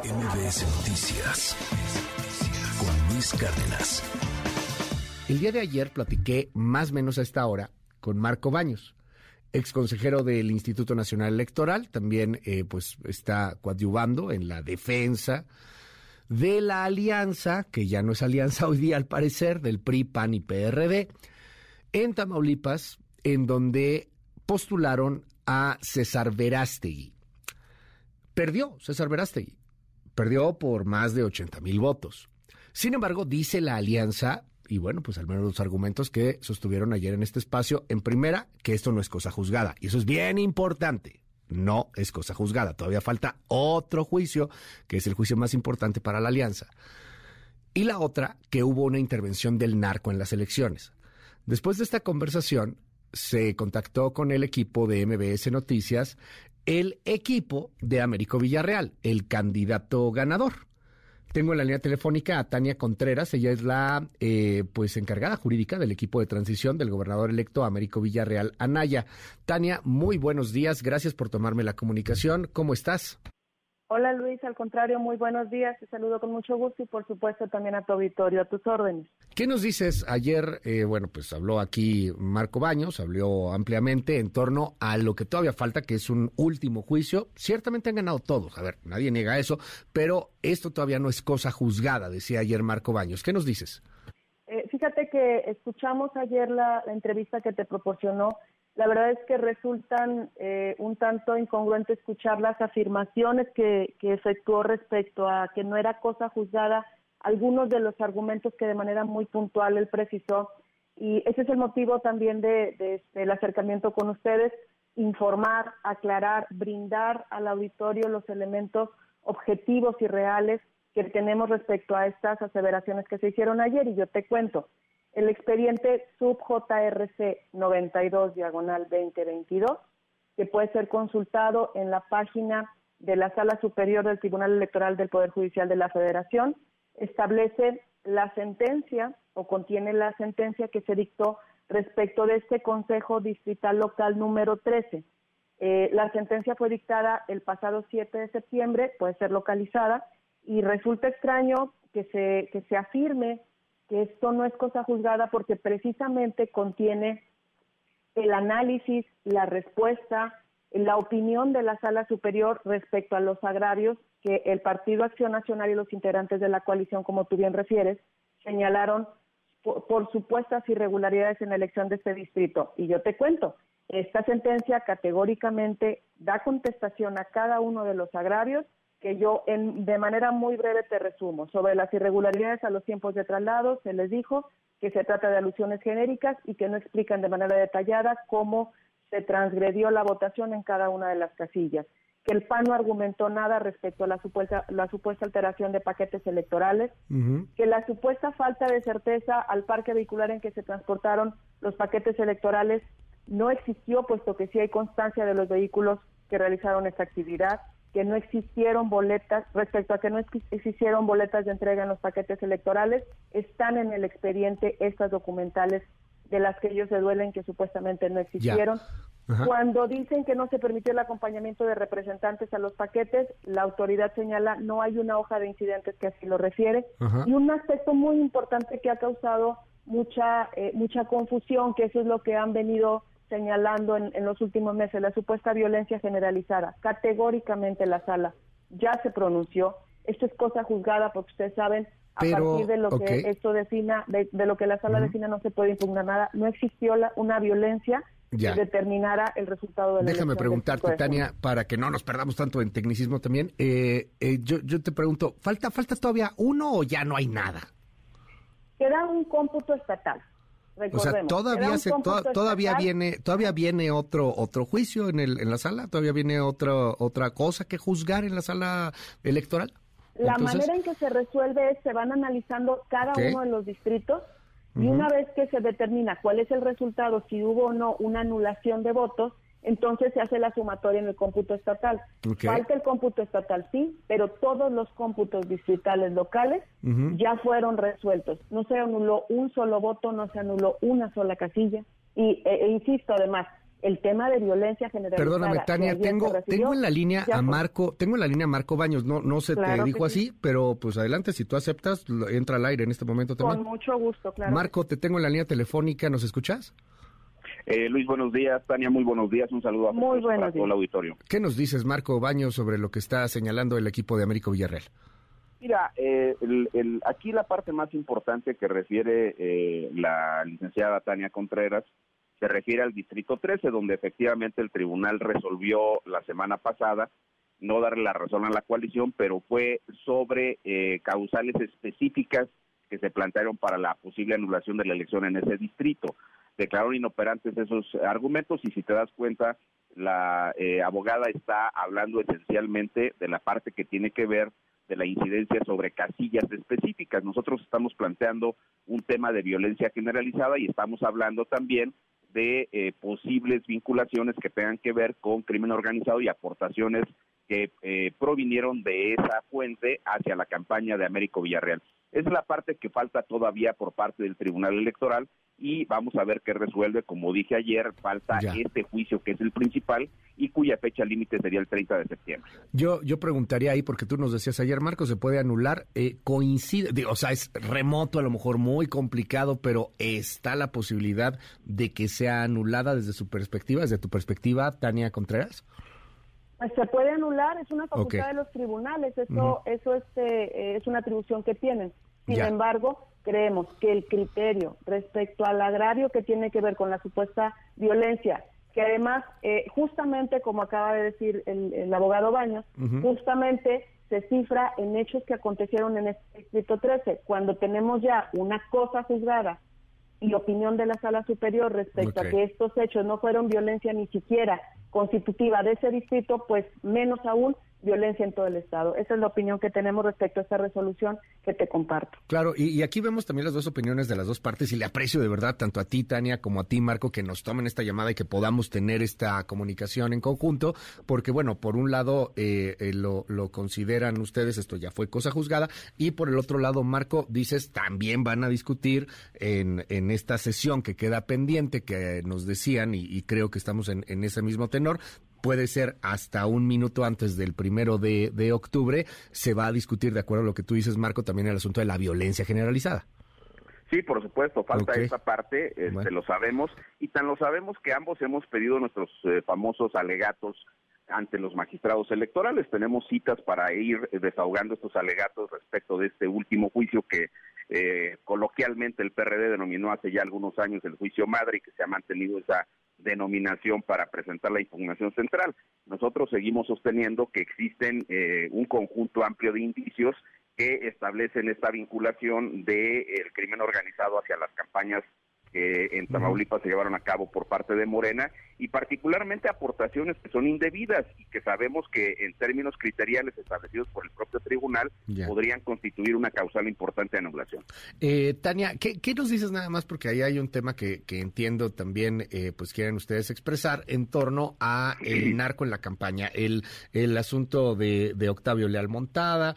MBS Noticias con Luis Cárdenas. El día de ayer platiqué más o menos a esta hora con Marco Baños, ex consejero del Instituto Nacional Electoral, también pues está coadyuvando en la defensa de la alianza, que ya no es alianza hoy día al parecer, del PRI, PAN y PRD, en Tamaulipas, en donde postularon a César Verástegui. Perdió César Verástegui, perdió por más de 80,000 votos. Sin embargo, dice la alianza, y bueno, pues al menos los argumentos que sostuvieron ayer en este espacio, en primera, que esto no es cosa juzgada, y eso es bien importante, no es cosa juzgada, todavía falta otro juicio, que es el juicio más importante para la alianza. Y la otra, que hubo una intervención del narco en las elecciones. Después de esta conversación, se contactó con el equipo de MBS Noticias, el equipo de Américo Villarreal, el candidato ganador. Tengo en la línea telefónica a Tania Contreras, ella es la pues encargada jurídica del equipo de transición del gobernador electo Américo Villarreal Anaya. Tania, muy buenos días, gracias por tomarme la comunicación, ¿cómo estás? Hola Luis, al contrario, muy buenos días, te saludo con mucho gusto y por supuesto también a tu auditorio, a tus órdenes. ¿Qué nos dices? Ayer, bueno, pues habló aquí Marco Baños, habló ampliamente en torno a lo que todavía falta, que es un último juicio. Ciertamente han ganado todos, a ver, nadie niega eso, pero esto todavía no es cosa juzgada, decía ayer Marco Baños. ¿Qué nos dices? Fíjate que escuchamos ayer la entrevista que te proporcionó. La verdad es que resultan un tanto incongruente escuchar las afirmaciones que efectuó respecto a que no era cosa juzgada, algunos de los argumentos que de manera muy puntual él precisó. Y ese es el motivo también del acercamiento con ustedes, informar, aclarar, brindar al auditorio los elementos objetivos y reales que tenemos respecto a estas aseveraciones que se hicieron ayer. Y yo te cuento. El expediente sub-JRC 92/2022, que puede ser consultado en la página de la Sala Superior del Tribunal Electoral del Poder Judicial de la Federación, establece la sentencia o contiene la sentencia que se dictó respecto de este Consejo Distrital Local número 13. La sentencia fue dictada el pasado 7 de septiembre, puede ser localizada, y resulta extraño que se afirme que esto no es cosa juzgada porque precisamente contiene el análisis, la respuesta, la opinión de la Sala Superior respecto a los agravios que el Partido Acción Nacional y los integrantes de la coalición, como tú bien refieres, señalaron por supuestas irregularidades en la elección de este distrito. Y yo te cuento, esta sentencia categóricamente da contestación a cada uno de los agravios que yo de manera muy breve te resumo. Sobre las irregularidades a los tiempos de traslado, se les dijo que se trata de alusiones genéricas y que no explican de manera detallada cómo se transgredió la votación en cada una de las casillas. Que el PAN no argumentó nada respecto a la supuesta alteración de paquetes electorales, que la supuesta falta de certeza al parque vehicular en que se transportaron los paquetes electorales no existió, puesto que sí hay constancia de los vehículos que realizaron esta actividad, que no existieron boletas, respecto a que no existieron boletas de entrega en los paquetes electorales, están en el expediente estas documentales de las que ellos se duelen que supuestamente no existieron. Cuando dicen que no se permitió el acompañamiento de representantes a los paquetes, la autoridad señala no hay una hoja de incidentes que así lo refiere. Y un aspecto muy importante que ha causado mucha confusión, que eso es lo que han venido señalando en los últimos meses, la supuesta violencia generalizada. Categóricamente la sala ya se pronunció. Esto es cosa juzgada porque ustedes saben, partir de lo que esto defina, de lo que la sala defina, no se puede impugnar nada. No existió una violencia que determinara el resultado de la elección. Déjame preguntarte, Tania, para que no nos perdamos tanto en tecnicismo también. Yo te pregunto, ¿falta todavía uno o ya no hay nada? Queda un cómputo estatal. Recordemos, o sea, todavía viene otro juicio en la sala, todavía viene otra cosa que juzgar en la sala electoral. La manera en que se resuelve es se van analizando cada uno de los distritos y una vez que se determina cuál es el resultado, si hubo o no una anulación de votos, entonces se hace la sumatoria en el cómputo estatal. Falta el cómputo estatal, sí, pero todos los cómputos distritales locales ya fueron resueltos. No se anuló un solo voto, no se anuló una sola casilla. Y insisto, además, el tema de violencia generalizada. Perdóname, Tania, tengo en la línea a Marco Baños, no se te dijo así, pero pues adelante, si tú aceptas, entra al aire en este momento también. Con mucho gusto, claro. Marco, te tengo en la línea telefónica, ¿nos escuchas? Luis, buenos días. Tania, muy buenos días. Un saludo para todo el auditorio. ¿Qué nos dices, Marco Baños, sobre lo que está señalando el equipo de Américo Villarreal? Mira, aquí la parte más importante que refiere la licenciada Tania Contreras se refiere al Distrito 13, donde efectivamente el tribunal resolvió la semana pasada no darle la razón a la coalición, pero fue sobre causales específicas que se plantearon para la posible anulación de la elección en ese distrito. Declararon inoperantes esos argumentos y si te das cuenta, la abogada está hablando esencialmente de la parte que tiene que ver de la incidencia sobre casillas específicas. Nosotros estamos planteando un tema de violencia generalizada y estamos hablando también de posibles vinculaciones que tengan que ver con crimen organizado y aportaciones que provinieron de esa fuente hacia la campaña de Américo Villarreal. Esa es la parte que falta todavía por parte del Tribunal Electoral y vamos a ver qué resuelve. Como dije ayer, falta este juicio que es el principal y cuya fecha límite sería el 30 de septiembre. Yo preguntaría ahí, porque tú nos decías ayer, Marco, se puede anular, coincide, o sea, es remoto, a lo mejor muy complicado, pero ¿está la posibilidad de que sea anulada desde su perspectiva, desde tu perspectiva, Tania Contreras? Pues se puede anular, es una facultad de los tribunales, eso es una atribución que tienen. Sin embargo, creemos que el criterio respecto al agravio que tiene que ver con la supuesta violencia, que además, justamente como acaba de decir el abogado Baños, justamente se cifra en hechos que acontecieron en este Distrito 13, cuando tenemos ya una cosa juzgada y opinión de la Sala Superior respecto a que estos hechos no fueron violencia ni siquiera constitutiva de ese distrito, pues menos aún violencia en todo el Estado. Esa es la opinión que tenemos respecto a esta resolución que te comparto. Claro, y aquí vemos también las dos opiniones de las dos partes y le aprecio de verdad tanto a ti, Tania, como a ti, Marco, que nos tomen esta llamada y que podamos tener esta comunicación en conjunto, porque bueno, por un lado lo consideran ustedes, esto ya fue cosa juzgada, y por el otro lado, Marco, dices, también van a discutir en esta sesión que queda pendiente, que nos decían, y creo que estamos en ese mismo tenor, puede ser hasta un minuto antes del 1 de octubre, se va a discutir, de acuerdo a lo que tú dices, Marco, también el asunto de la violencia generalizada. Sí, por supuesto, falta esa parte, lo sabemos, y tan lo sabemos que ambos hemos pedido nuestros famosos alegatos ante los magistrados electorales. Tenemos citas para ir desahogando estos alegatos respecto de este último juicio que coloquialmente el PRD denominó hace ya algunos años el juicio madre y que se ha mantenido esa denominación para presentar la impugnación central. Nosotros seguimos sosteniendo que existen un conjunto amplio de indicios que establecen esta vinculación del crimen organizado hacia las campañas que en Tamaulipas se llevaron a cabo por parte de Morena y particularmente aportaciones que son indebidas y que sabemos que en términos criteriales establecidos por el propio tribunal podrían constituir una causal importante de anulación. Tania, ¿qué nos dices nada más? Porque ahí hay un tema que entiendo también, pues quieren ustedes expresar en torno a el narco en la campaña, el asunto de Octavio Leal Moncada,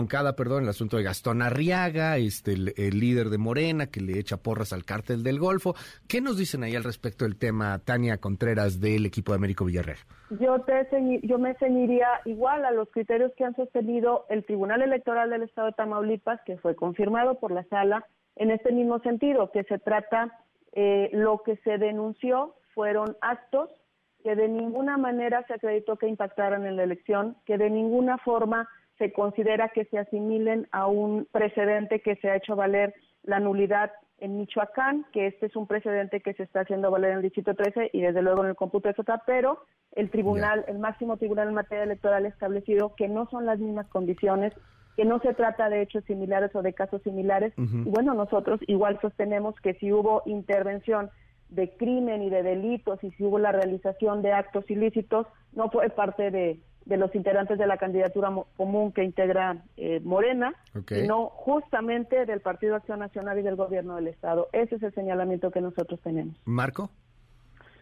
el asunto de Gastón Arriaga, el líder de Morena que le echa porras al cártel del Golfo. ¿Qué nos dicen ahí al respecto del tema, Tania Contreras, del equipo de Américo Villarreal? Yo me ceñiría igual a los criterios que han sostenido el Tribunal Electoral del Estado de Tamaulipas, que fue confirmado por la Sala, en este mismo sentido, que se trata, lo que se denunció fueron actos que de ninguna manera se acreditó que impactaran en la elección, que de ninguna forma se considera que se asimilen a un precedente que se ha hecho valer la nulidad en Michoacán, que este es un precedente que se está haciendo valer en el Distrito 13 y desde luego en el cómputo de SOTA, pero el tribunal, el máximo tribunal en materia electoral ha establecido que no son las mismas condiciones, que no se trata de hechos similares o de casos similares, y bueno, nosotros igual sostenemos que si hubo intervención de crimen y de delitos y si hubo la realización de actos ilícitos, no fue parte de los integrantes de la candidatura común que integra Morena, sino justamente del Partido Acción Nacional y del Gobierno del Estado. Ese es el señalamiento que nosotros tenemos. ¿Marco?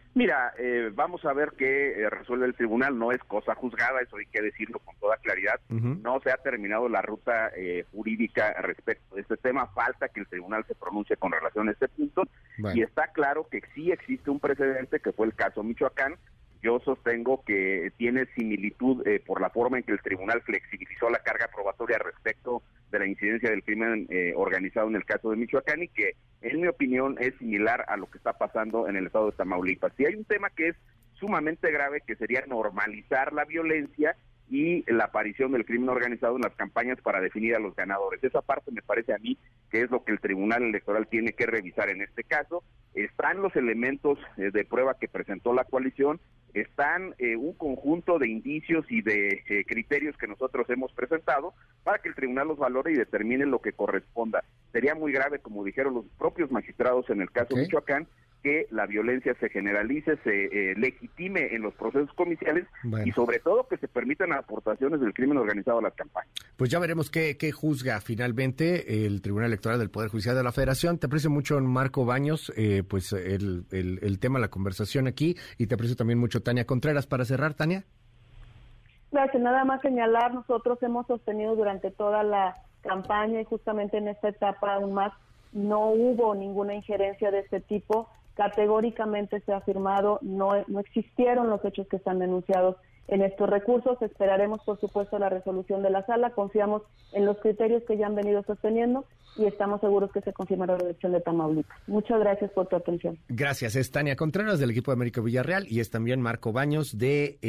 Mira, vamos a ver qué resuelve el tribunal. No es cosa juzgada, eso hay que decirlo con toda claridad. No se ha terminado la ruta jurídica respecto de este tema. Falta que el tribunal se pronuncie con relación a este punto. Bueno. Y está claro que sí existe un precedente, que fue el caso Michoacán. Yo sostengo que tiene similitud por la forma en que el tribunal flexibilizó la carga probatoria respecto de la incidencia del crimen organizado en el caso de Michoacán, y que, en mi opinión, es similar a lo que está pasando en el estado de Tamaulipas. Y hay un tema que es sumamente grave, que sería normalizar la violencia y la aparición del crimen organizado en las campañas para definir a los ganadores. Esa parte me parece a mí que es lo que el Tribunal Electoral tiene que revisar en este caso. Están los elementos de prueba que presentó la coalición, están un conjunto de indicios y de criterios que nosotros hemos presentado para que el tribunal los valore y determine lo que corresponda. Sería muy grave, como dijeron los propios magistrados en el caso de Michoacán, que la violencia se generalice, se legitime en los procesos comiciales, y sobre todo que se permitan aportaciones del crimen organizado a las campañas. Pues ya veremos qué juzga finalmente el Tribunal Electoral del Poder Judicial de la Federación. Te aprecio mucho, Marco Baños, pues el tema, la conversación aquí, y te aprecio también mucho, Tania Contreras. Para cerrar, Tania. Gracias, nada más señalar, nosotros hemos sostenido durante toda la campaña, y justamente en esta etapa aún más, no hubo ninguna injerencia de este tipo. Categóricamente se ha afirmado, no existieron los hechos que están denunciados en estos recursos. Esperaremos, por supuesto, la resolución de la sala. Confiamos en los criterios que ya han venido sosteniendo y estamos seguros que se confirmará la elección de Tamaulipas. Muchas gracias por tu atención. Gracias. Es Tania Contreras, del equipo de Américo Villarreal, y es también Marco Baños, de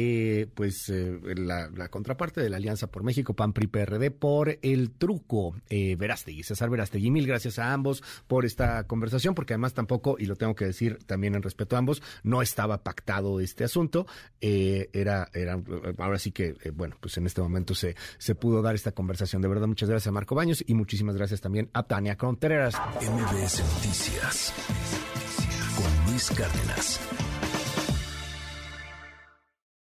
la contraparte de la Alianza por México, PAN, PRI, PRD, por el truco, Verástegui, César Verástegui. Mil gracias a ambos por esta conversación, porque además tampoco, y lo tengo que decir también en respeto a ambos, no estaba pactado este asunto. Era ahora sí que, bueno, pues en este momento se pudo dar esta conversación. De verdad, muchas gracias a Marco Baños y muchísimas gracias también a Tania Contreras. MBS Noticias con Luis Cárdenas.